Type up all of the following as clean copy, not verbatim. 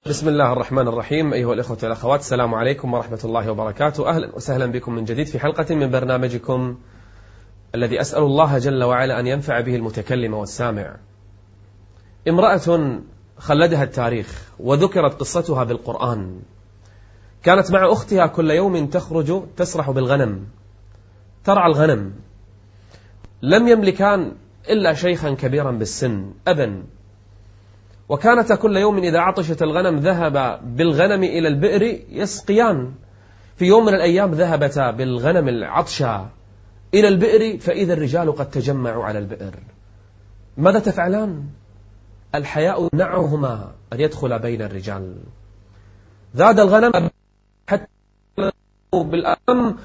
بسم الله الرحمن الرحيم. أيها الإخوة والأخوات، السلام عليكم ورحمة الله وبركاته. أهلا وسهلا بكم من جديد في حلقة من برنامجكم الذي أسأل الله جل وعلا أن ينفع به المتكلم والسامع. امرأة خلدها التاريخ وذكرت قصتها بالقرآن، كانت مع أختها كل يوم تخرج تسرح بالغنم، ترعى الغنم. لم يملكان إلا شيخا كبيرا بالسن أبا، وكانت كل يوم إذا عطشت الغنم ذهب بالغنم إلى البئر يسقيان. في يوم من الأيام ذهبتا بالغنم العطشة إلى البئر، فإذا الرجال قد تجمعوا على البئر. ماذا تفعلان؟ الحياء يمنعهما أن يدخل بين الرجال. ذاد الغنم حتى بالأم،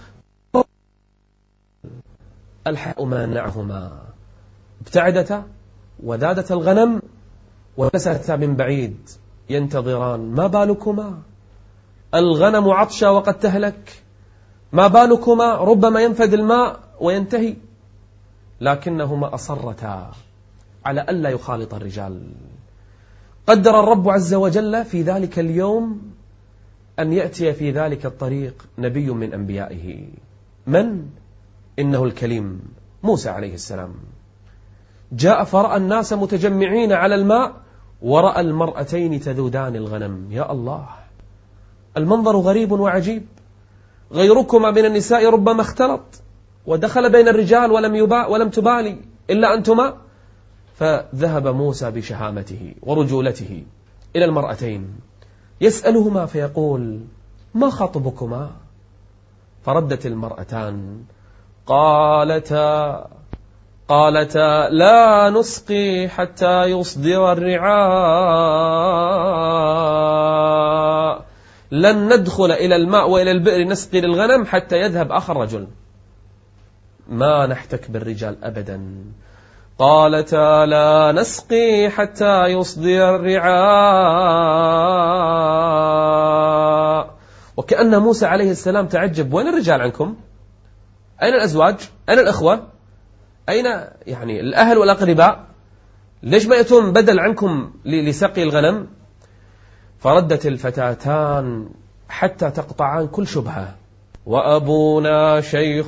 الحياء منعهما، ابتعدتا وذادت الغنم ولستا من بعيد ينتظران. ما بالكما؟ الغنم عطشة وقد تهلك، ما بالكما؟ ربما ينفد الماء وينتهي. لكنهما أصرتا على ألا يخالط الرجال. قدر الرب عز وجل في ذلك اليوم أن يأتي في ذلك الطريق نبي من أنبيائه. من؟ إنه الكليم موسى عليه السلام. جاء فرأى الناس متجمعين على الماء، ورأى المرأتين تذودان الغنم. يا الله، المنظر غريب وعجيب. غيركما من النساء ربما اختلط ودخل بين الرجال ولم تبالي إلا أنتما. فذهب موسى بشهامته ورجولته إلى المرأتين يسألهما فيقول: ما خطبكما؟ فردت المرأتان قالتا لا نسقي حتى يصدر الرعاء، لن ندخل إلى الماء وإلى البئر نسقي للغنم حتى يذهب آخر رجل، ما نحتك بالرجال أبدا. قالتا لا نسقي حتى يصدر الرعاء. وكأن موسى عليه السلام تعجب: وين الرجال عنكم؟ أين الأزواج؟ أين الأخوة؟ أين يعني الأهل والأقرباء؟ ليش ما يأتون بدل عنكم لسقي الغنم؟ فردت الفتاتان حتى تقطعان كل شبهة: وأبونا شيخ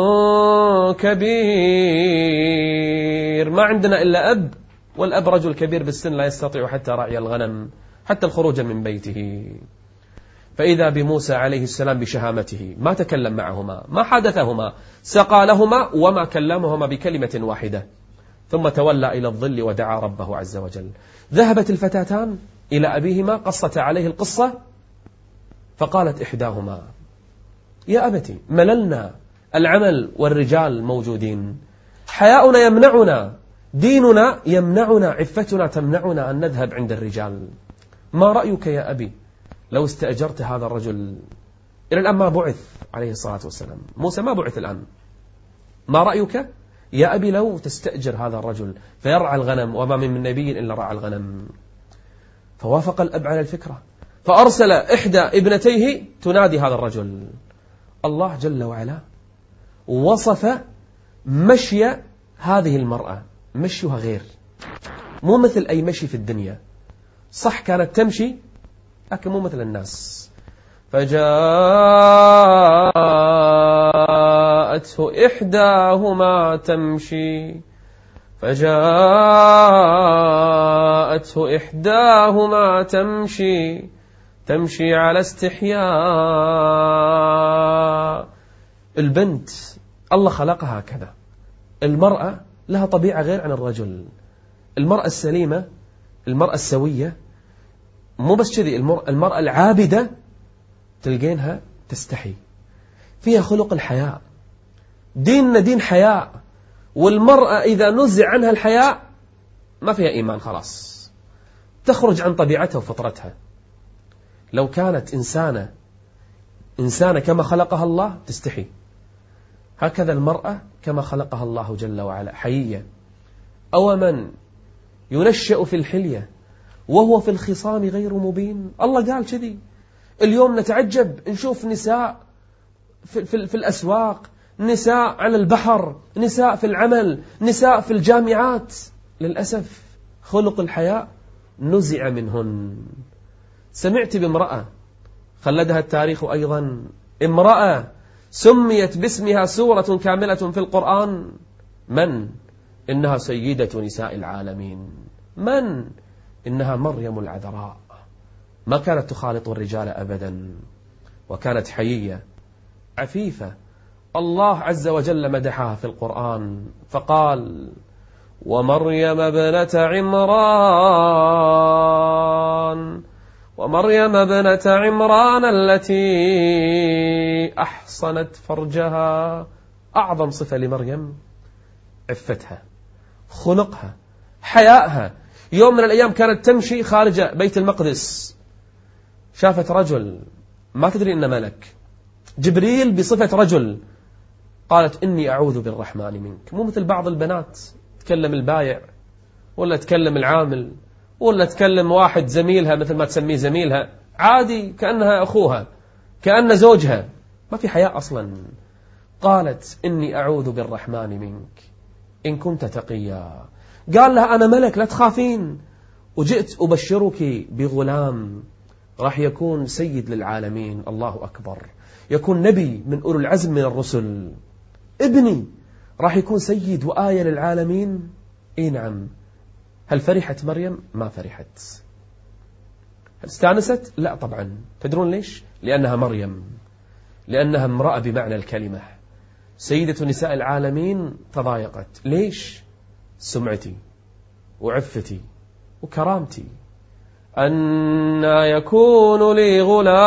كبير، ما عندنا إلا أب، والأب رجل كبير بالسن لا يستطيع حتى رعي الغنم، حتى الخروج من بيته. فإذا بموسى عليه السلام بشهامته ما تكلم معهما، ما حدثهما، سقى لهما وما كلمهما بكلمة واحدة، ثم تولى إلى الظل ودعا ربه عز وجل. ذهبت الفتاتان إلى أبيهما، قصت عليه القصة، فقالت إحداهما: يا أبتي، مللنا العمل والرجال موجودين، حياؤنا يمنعنا، ديننا يمنعنا، عفتنا تمنعنا أن نذهب عند الرجال. ما رأيك يا أبي لو استأجرت هذا الرجل؟ إلى الآن ما بعث عليه الصلاة والسلام، موسى ما بعث الآن. ما رأيك يا أبي لو تستأجر هذا الرجل فيرعى الغنم، وما من نبي إلا رعى الغنم؟ فوافق الأب على الفكرة، فأرسل إحدى ابنتيه تنادي هذا الرجل. الله جل وعلا وصف مشي هذه المرأة، مشيها غير، مو مثل أي مشي في الدنيا. صح كانت تمشي لكن مو مثل الناس. فجاءته إحداهما تمشي على استحياء. البنت الله خلقها كذا. المرأة لها طبيعة غير عن الرجل. المرأة السليمة، المرأة السوية، مو بس كذي، المرأة العابدة تلقينها تستحي، فيها خلق الحياء. ديننا دين حياء، والمرأة إذا نزع عنها الحياء ما فيها إيمان، خلاص تخرج عن طبيعتها وفطرتها. لو كانت إنسانة كما خلقها الله تستحي، هكذا المرأة كما خلقها الله جل وعلا حيية. أو من ينشأ في الحلية وهو في الخصام غير مبين. الله قال كذي. اليوم نتعجب نشوف نساء في الأسواق، نساء على البحر، نساء في العمل، نساء في الجامعات. للأسف خلق الحياء نزع منهن. سمعت بامرأة خلدها التاريخ أيضا، امرأة سميت باسمها سورة كاملة في القرآن. من؟ إنها سيدة نساء العالمين. من؟ إنها مريم العذراء. ما كانت تخالط الرجال أبدا، وكانت حيية عفيفة. الله عز وجل مدحها في القرآن فقال: ومريم ابنة عمران، ومريم ابنة عمران التي أحصنت فرجها. أعظم صفة لمريم عفتها، خلقها، حيائها. يوم من الأيام كانت تمشي خارج بيت المقدس، شافت رجل ما تدري إنه ملك، جبريل بصفة رجل. قالت: إني أعوذ بالرحمن منك. مو مثل بعض البنات تكلم البايع، ولا تكلم العامل، ولا تكلم واحد زميلها مثل ما تسميه زميلها، عادي كأنها أخوها، كأن زوجها، ما في حياء أصلا. قالت: إني أعوذ بالرحمن منك إن كنت تقيا. قال لها: أنا ملك لا تخافين، وجئت أبشرك بغلام راح يكون سيد للعالمين. الله أكبر، يكون نبي من أولو العزم من الرسل. ابني راح يكون سيد وآية للعالمين. إيه نعم. هل فرحت مريم؟ ما فرحت. هل استانست؟ لا طبعا. تدرون ليش؟ لأنها مريم، لأنها امرأة بمعنى الكلمة، سيدة نساء العالمين. تضايقت. ليش؟ سمعتي وعفتي وكرامتي. أنى يكون لي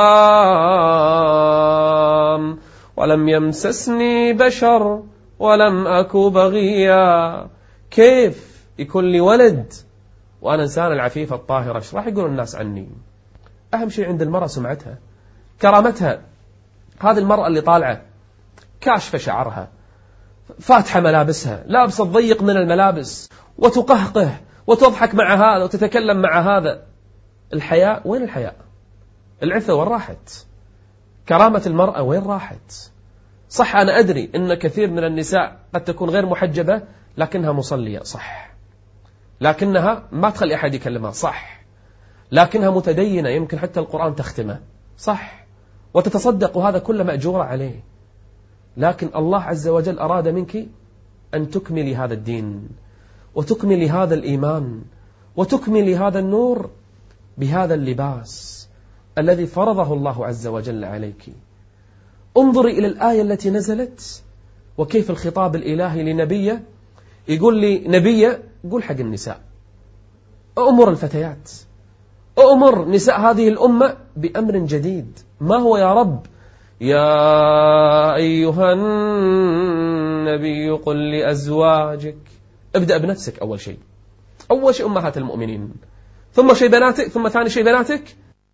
غلام ولم يمسسني بشر ولم أك بغيا. كيف يكون لي ولد وأنا إنسان العفيفة الطاهرة؟ ايش راح يقول الناس عني؟ أهم شيء عند المرأة سمعتها، كرامتها. هذه المرأة اللي طالعة كاشفة شعرها، فاتحة ملابسها، لابسة ضيق من الملابس، وتقهقه وتضحك مع هذا وتتكلم مع هذا. الحياء وين؟ الحياء. العفة وين راحت؟ كرامة المرأة وين راحت؟ صح، أنا أدري أن كثير من النساء قد تكون غير محجبة لكنها مصلية، صح، لكنها ما تخلي أحد يكلمها، صح، لكنها متدينة، يمكن حتى القرآن تختمه، صح، وتتصدق، وهذا كله مأجورة عليه. لكن الله عز وجل أراد منك أن تكملي هذا الدين، وتكملي هذا الإيمان، وتكملي هذا النور بهذا اللباس الذي فرضه الله عز وجل عليك. انظري إلى الآية التي نزلت، وكيف الخطاب الإلهي لنبيه. يقول لي نبيه قول حق النساء، أمر الفتيات، أمر نساء هذه الأمة بأمر جديد. ما هو يا رب؟ يا أيها النبي قل لأزواجك. ابدأ بنفسك أول شيء، أول شيء أمهات المؤمنين، ثم شيء بناتك، ثم ثاني شيء بناتك.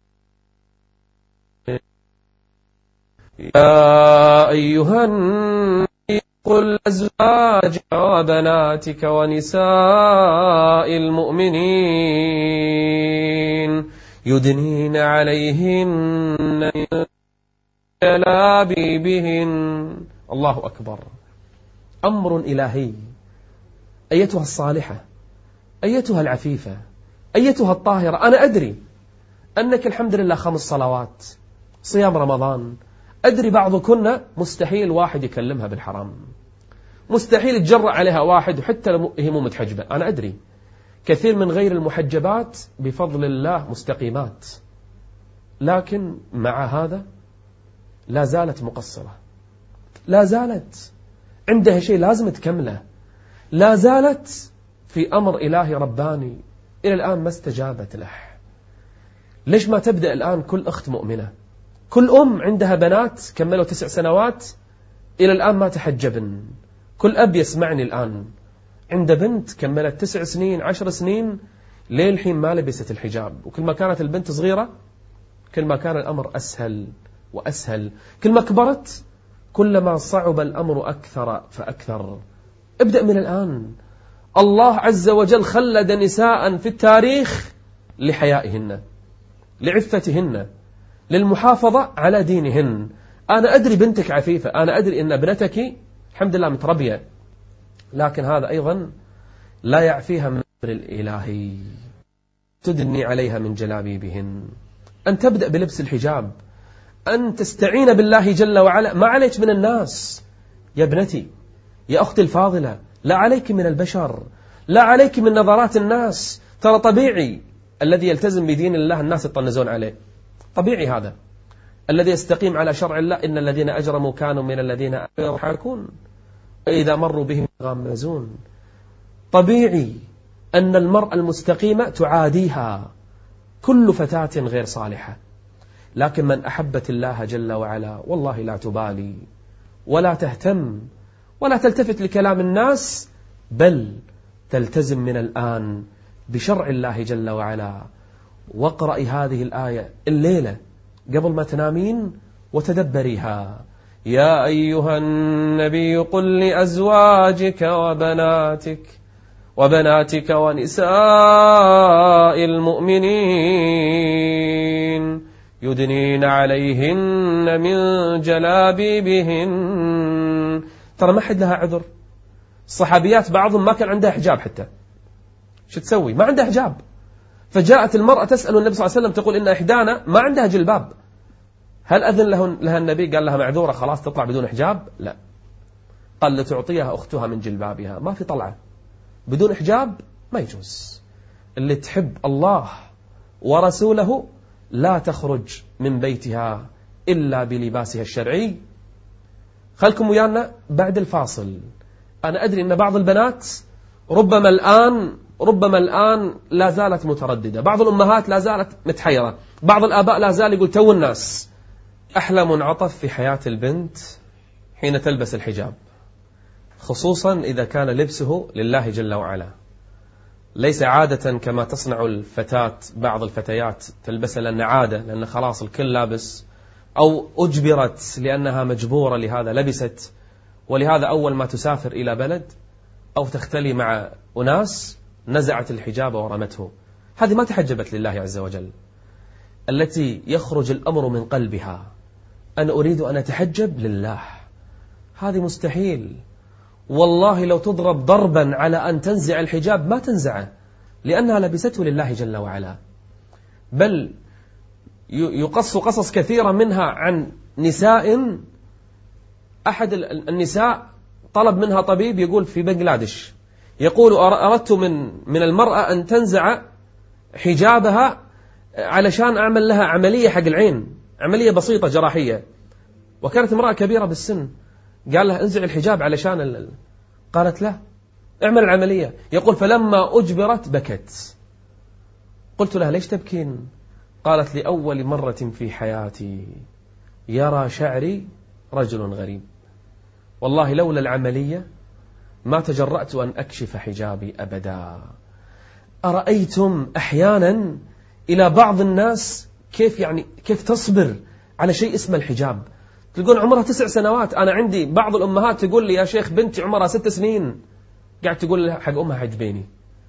يا أيها النبي قل لأزواجك وبناتك ونساء المؤمنين يدنين عليهن من جلابيبهن. الله أكبر، أمر إلهي. أيتها الصالحة، أيتها العفيفة، أيتها الطاهرة، أنا أدري أنك الحمد لله 5 صلوات، صيام رمضان. أدري بعضكن مستحيل واحد يكلمها بالحرام، مستحيل يتجرأ عليها واحد وحتى لو هي مو متحجبة. أنا أدري كثير من غير المحجبات بفضل الله مستقيمات، لكن مع هذا لا زالت مقصرة، لا زالت عندها شيء لازم تكمله، لا زالت في أمر إلهي رباني إلى الآن ما استجابت له. ليش ما تبدأ الآن كل أخت مؤمنة، كل أم عندها بنات كملوا 9 سنوات إلى الآن ما تحجبن، كل أب يسمعني الآن عنده بنت كملت 9 سنين 10 سنين ليه الحين ما لبست الحجاب. وكل ما كانت البنت صغيرة كل ما كان الأمر أسهل وأسهل، كل ما كبرت كلما صعب الأمر أكثر فأكثر. ابدأ من الآن. الله عز وجل خلد نساء في التاريخ لحيائهن، لعفتهن، للمحافظة على دينهن. أنا أدري بنتك عفيفة، أنا أدري أن ابنتك الحمد لله متربية، لكن هذا أيضا لا يعفيها من الأمر الإلهي. تدني عليها من جلابيبهن. أن تبدأ بلبس الحجاب، أن تستعين بالله جل وعلا. ما عليك من الناس يا ابنتي، يا أختي الفاضلة، لا عليك من البشر، لا عليك من نظرات الناس. ترى طبيعي الذي يلتزم بدين الله الناس يطنزون عليه، طبيعي هذا. الذي يستقيم على شرع الله إن الذين أجرموا كانوا من الذين يضحكون إذا مروا بهم يغامزون. طبيعي أن المرأة المستقيمة تعاديها كل فتاة غير صالحة، لكن من أحبت الله جل وعلا والله لا تبالي ولا تهتم ولا تلتفت لكلام الناس، بل تلتزم من الآن بشرع الله جل وعلا. واقرأي هذه الآية الليلة قبل ما تنامين وتدبريها. يا أيها النبي قل لأزواجك وبناتك ونساء المؤمنين يدنين عليهن من جلابيبهن. ترى ما حد لها عذر. الصحابيات بعضهم ما كان عندها حجاب حتى، شو تسوي؟ ما عندها حجاب. فجاءت المرأة تسأل النبي صلى الله عليه وسلم تقول إن إحدانا ما عندها جلباب، هل أذن لها النبي؟ قال لها معذورة خلاص تطلع بدون حجاب؟ لا، قال لتعطيها أختها من جلبابها. ما في طلعة بدون حجاب، ما يجوز. اللي تحب الله ورسوله لا تخرج من بيتها إلا بلباسها الشرعي. خلكم ويانا بعد الفاصل. أنا أدري أن بعض البنات ربما الآن لا زالت مترددة، بعض الأمهات لا زالت متحيرة، بعض الآباء لا زال يقول تو الناس. أحلى منعطف في حياة البنت حين تلبس الحجاب، خصوصا إذا كان لبسه لله جل وعلا، ليس عادة كما تصنع الفتاة. بعض الفتيات تلبسها لأن عادة، لأن خلاص الكل لابس، أو أجبرت لأنها مجبورة لهذا لبست. ولهذا أول ما تسافر إلى بلد أو تختلي مع أناس نزعت الحجاب ورمته. هذه ما تحجبت لله عز وجل. التي يخرج الأمر من قلبها أنا أريد أن أتحجب لله، هذه مستحيل. والله لو تضرب ضربا على أن تنزع الحجاب ما تنزعه، لأنها لبسته لله جل وعلا. بل يقص قصص كثيرة منها عن نساء. أحد النساء طلب منها طبيب يقول في بنغلاديش، يقول أردت من المرأة أن تنزع حجابها علشان أعمل لها عملية حق العين، عملية بسيطة جراحية، وكانت امرأة كبيرة بالسن. قال لها انزع الحجاب علشان قالت لا، اعمل العملية. يقول فلما أجبرت بكت. قلت لها ليش تبكين؟ قالت لأول مرة في حياتي يرى شعري رجل غريب، والله لولا العملية ما تجرأت أن أكشف حجابي أبدا. أرأيتم أحيانا إلى بعض الناس كيف تصبر على شيء اسمه الحجاب؟ تلقون عمرها 9 سنوات. أنا عندي بعض الأمهات تقول لي يا شيخ بنتي عمرها 6 سنين قاعد تقول حق أمها حجبيني.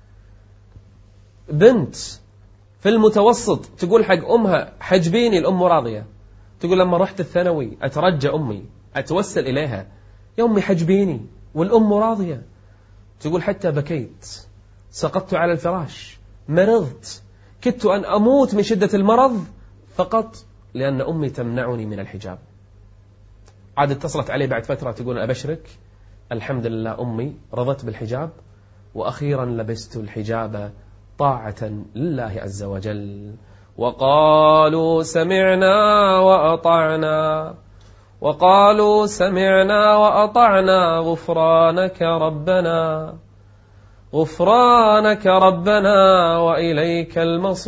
بنت في المتوسط تقول حق أمها حجبيني، الأم راضية. تقول لما رحت الثانوي أترجى أمي، أتوسل إليها يا أمي حجبيني، والأم راضية. تقول حتى بكيت، سقطت على الفراش، مرضت، كدت أن أموت من شدة المرض فقط لأن أمي تمنعني من الحجاب. عاد اتصلت علي بعد فترة تقول أبشرك الحمد لله أمي رضت بالحجاب، وأخيرا لبست الحجاب طاعة لله عز وجل. وقالوا سمعنا وأطعنا غفرانك ربنا وإليك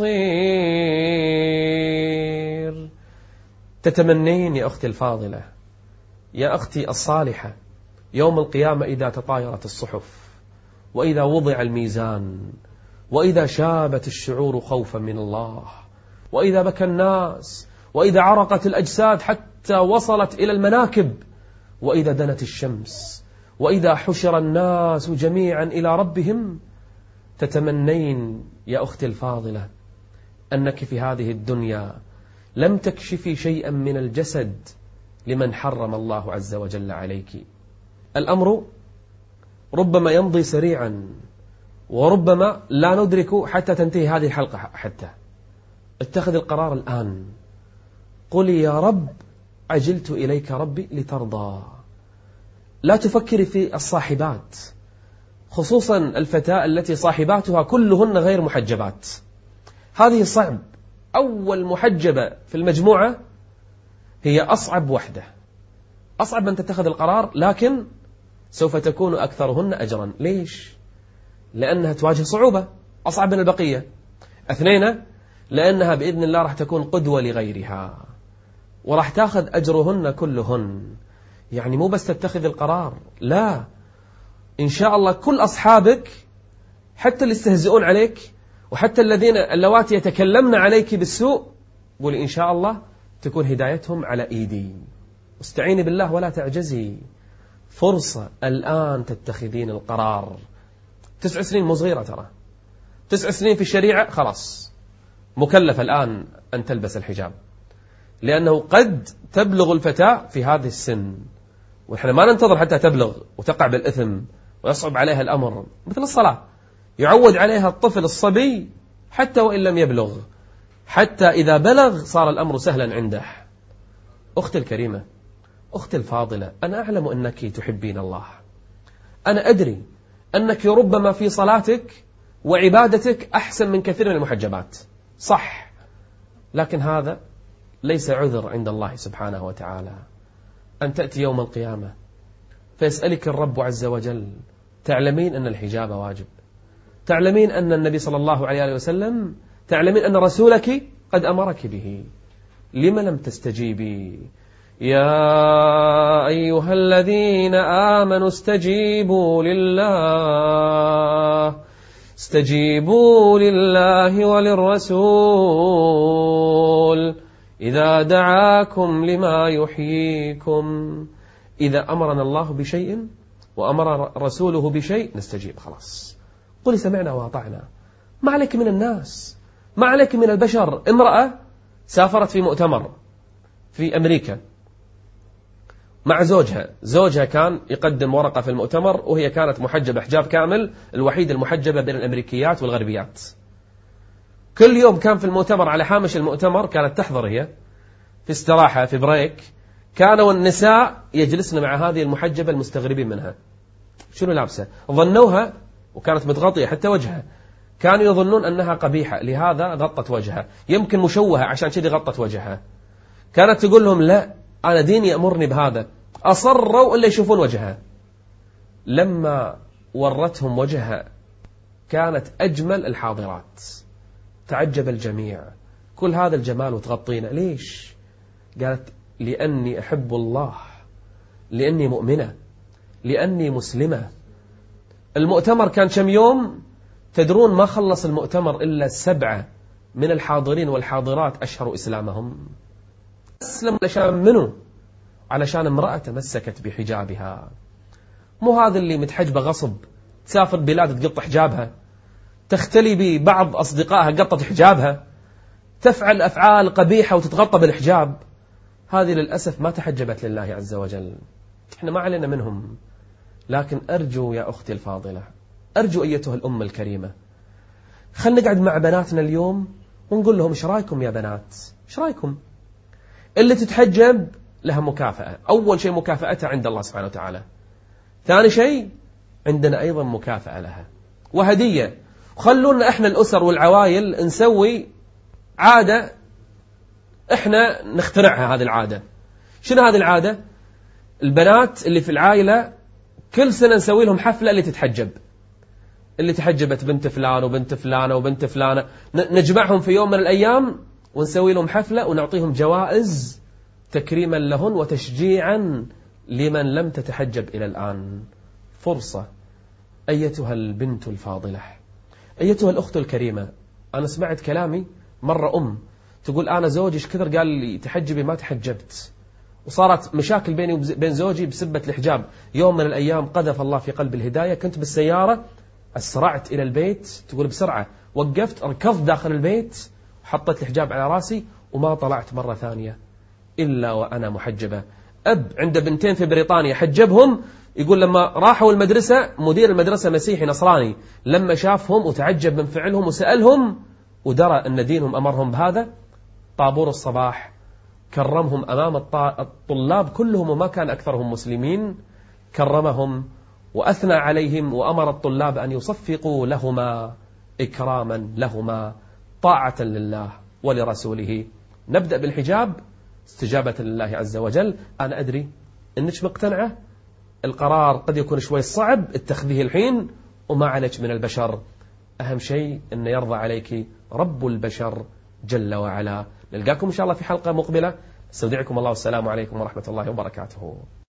المصير. تتمنين يا أختي الفاضلة، يا أختي الصالحة، يوم القيامة إذا تطايرت الصحف، وإذا وضع الميزان، وإذا شابت الشعور خوفا من الله، وإذا بكى الناس، وإذا عرقت الأجساد حتى وصلت إلى المناكب، وإذا دنت الشمس، وإذا حشر الناس جميعا إلى ربهم، تتمنين يا أختي الفاضلة أنك في هذه الدنيا لم تكشفي شيئا من الجسد لمن حرم الله عز وجل عليك. الأمر ربما يمضي سريعا، وربما لا ندرك حتى تنتهي هذه الحلقة حتى. اتخذ القرار الآن. قولي يا رب عجلت إليك ربي لترضى. لا تفكري في الصاحبات، خصوصا الفتاة التي صاحباتها كلهن غير محجبات. هذه صعب. أول محجبة في المجموعة هي أصعب وحدة، أصعب من تتخذ القرار، لكن سوف تكون أكثرهن أجرا. ليش؟ لأنها تواجه صعوبة أصعب من البقية. اثنين، لأنها بإذن الله راح تكون قدوة لغيرها وراح تاخذ أجرهن كلهن. يعني مو بس تتخذ القرار، لا، إن شاء الله كل أصحابك حتى اللي يستهزئون عليك وحتى اللواتي يتكلمن عليك بالسوء، قولي إن شاء الله تكون هدايتهم على إيدي. استعيني بالله ولا تعجزي. فرصة الآن تتخذين القرار. 9 سنين مو صغيرة ترى. 9 سنين في الشريعة خلاص مكلفة الآن أن تلبس الحجاب، لأنه قد تبلغ الفتاة في هذه السن، ونحن ما ننتظر حتى تبلغ وتقع بالإثم ويصعب عليها الأمر. مثل الصلاة، يعود عليها الطفل الصبي حتى وإن لم يبلغ، حتى إذا بلغ صار الأمر سهلا عنده. أختي الكريمة، أختي الفاضلة، أنا أعلم أنك تحبين الله. أنا أدري أنك ربما في صلاتك وعبادتك أحسن من كثير من المحجبات، صح، لكن هذا ليس عذر عند الله سبحانه وتعالى. أن تأتي يوم القيامة فيسألك الرب عز وجل، تعلمين أن الحجاب واجب، تعلمين أن النبي صلى الله عليه وسلم، تعلمين أن رسولك قد أمرك به، لم لم تستجيبي؟ يا أيها الذين آمنوا استجيبوا لله وللرسول إذا دعاكم لما يحييكم. إذا أمرنا الله بشيء وأمر رسوله بشيء نستجيب خلاص. قولي سمعنا وأطعنا. ما عليك من الناس، ما عليك من البشر. امرأة سافرت في مؤتمر في أمريكا مع زوجها كان يقدم ورقة في المؤتمر، وهي كانت محجبة حجاب كامل، الوحيدة المحجبة بين الأمريكيات والغربيات. كل يوم كان في المؤتمر، على هامش المؤتمر كانت تحضر هي في استراحة في بريك، كانوا النساء يجلسن مع هذه المحجبة المستغربين منها، شنو لابسة؟ ظنوها، وكانت متغطية حتى وجهها، كانوا يظنون أنها قبيحة لهذا غطت وجهها، يمكن مشوهة عشان كذي غطت وجهها. كانت تقول لهم لا، أنا ديني يأمرني بهذا. أصروا إلا يشوفون وجهها. لما ورتهم وجهها كانت أجمل الحاضرات، تعجب الجميع، كل هذا الجمال وتغطينا ليش؟ قالت لأني أحب الله، لأني مؤمنة، لأني مسلمة. المؤتمر كان كم يوم؟ تدرون ما خلص المؤتمر إلا 7 من الحاضرين والحاضرات أشهروا إسلامهم. أسلم علشان منه؟ علشان امرأة تمسكت بحجابها. مو هذا اللي متحجبة غصب تسافر بلاد تقط حجابها، تختلي ببعض أصدقائها قطت حجابها، تفعل أفعال قبيحة وتتغطى بالحجاب. هذه للأسف ما تحجبت لله عز وجل. احنا ما علينا منهم، لكن أرجو يا أختي الفاضلة، أرجو أيتها الأم الكريمة، خلنا نقعد مع بناتنا اليوم ونقول لهم ايش رايكم يا بنات؟ ايش رايكم؟ اللي تتحجب لها مكافأة. أول شيء مكافأتها عند الله سبحانه وتعالى، ثاني شيء عندنا أيضا مكافأة لها وهدية. خلونا إحنا الأسر والعوائل نسوي عادة إحنا نخترعها. هذه العادة شنو؟ هذه العادة البنات اللي في العائلة كل سنة نسوي لهم حفلة اللي تتحجب، اللي تحجبت بنت فلان وبنت فلانة وبنت فلانة، نجمعهم في يوم من الأيام ونسوي لهم حفلة ونعطيهم جوائز تكريما لهن وتشجيعا لمن لم تتحجب إلى الآن. فرصة أيتها البنت الفاضلة، أيتها الأخت الكريمة. أنا سمعت كلامي مرة تقول أنا زوجي كثر قال لي تحجبي ما تحجبت، وصارت مشاكل بيني وبين زوجي بسبة الحجاب. يوم من الأيام قذف الله في قلب الهداية، كنت بالسيارة أسرعت إلى البيت، تقول بسرعة وقفت ركضت داخل البيت وحطيت الحجاب على راسي وما طلعت مرة ثانية إلا وأنا محجبة. أب عنده بنتين في بريطانيا حجبهم، يقول لما راحوا المدرسة مدير المدرسة مسيحي نصراني، لما شافهم وتعجب من فعلهم وسألهم ودرى أن دينهم أمرهم بهذا، طابور الصباح كرمهم أمام الطلاب كلهم، وما كان أكثرهم مسلمين، كرمهم وأثنى عليهم، وأمر الطلاب أن يصفقوا لهما إكراما لهما طاعة لله ولرسوله. نبدأ بالحجاب استجابة لله عز وجل. أنا أدري أنك مقتنعة، القرار قد يكون شوي صعب اتخذيه الحين وما عليك من البشر، أهم شيء أن يرضى عليك رب البشر جل وعلا. نلقاكم إن شاء الله في حلقة مقبلة. استودعكم الله والسلام عليكم ورحمة الله وبركاته.